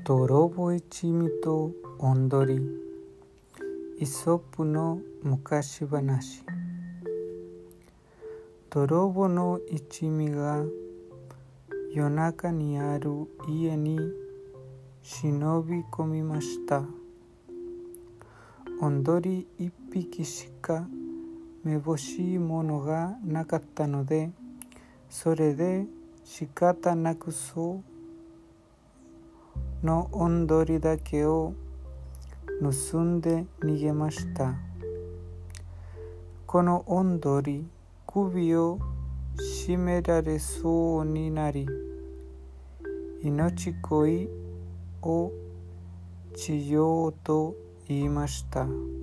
泥棒一味とおんどり。イソップの昔話。泥棒の一味が夜中にある家に忍び込みました。おんどり一匹しかめぼしいものがなかったので、それで仕方なくのおんどりだけを盗んで逃げました。このおんどり、首を絞められそうになり、命乞いをしようと言いました。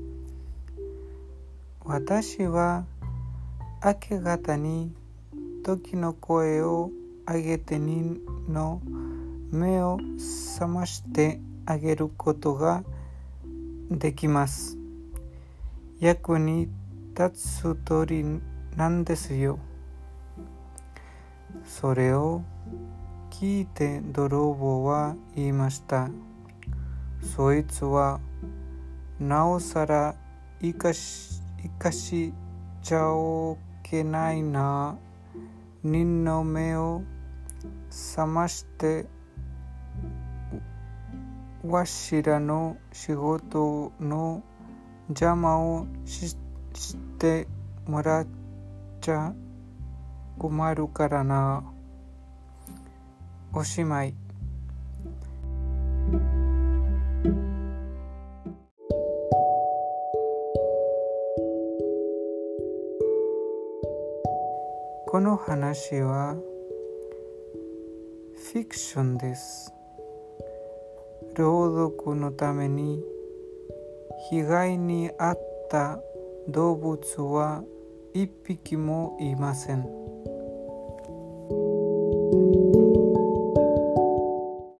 私は明け方に時の声を上げて人の目を覚ましてあげることができます。役に立つ通りなんですよ。それを聞いて泥棒は言いました。そいつはなおさら生かしちゃおけないな。人の目を覚ましてわしらの仕事の邪魔をしてもらっちゃ困るからな。おしまい。この話はフィクションです。朗読のために被害に遭った動物は一匹もいません。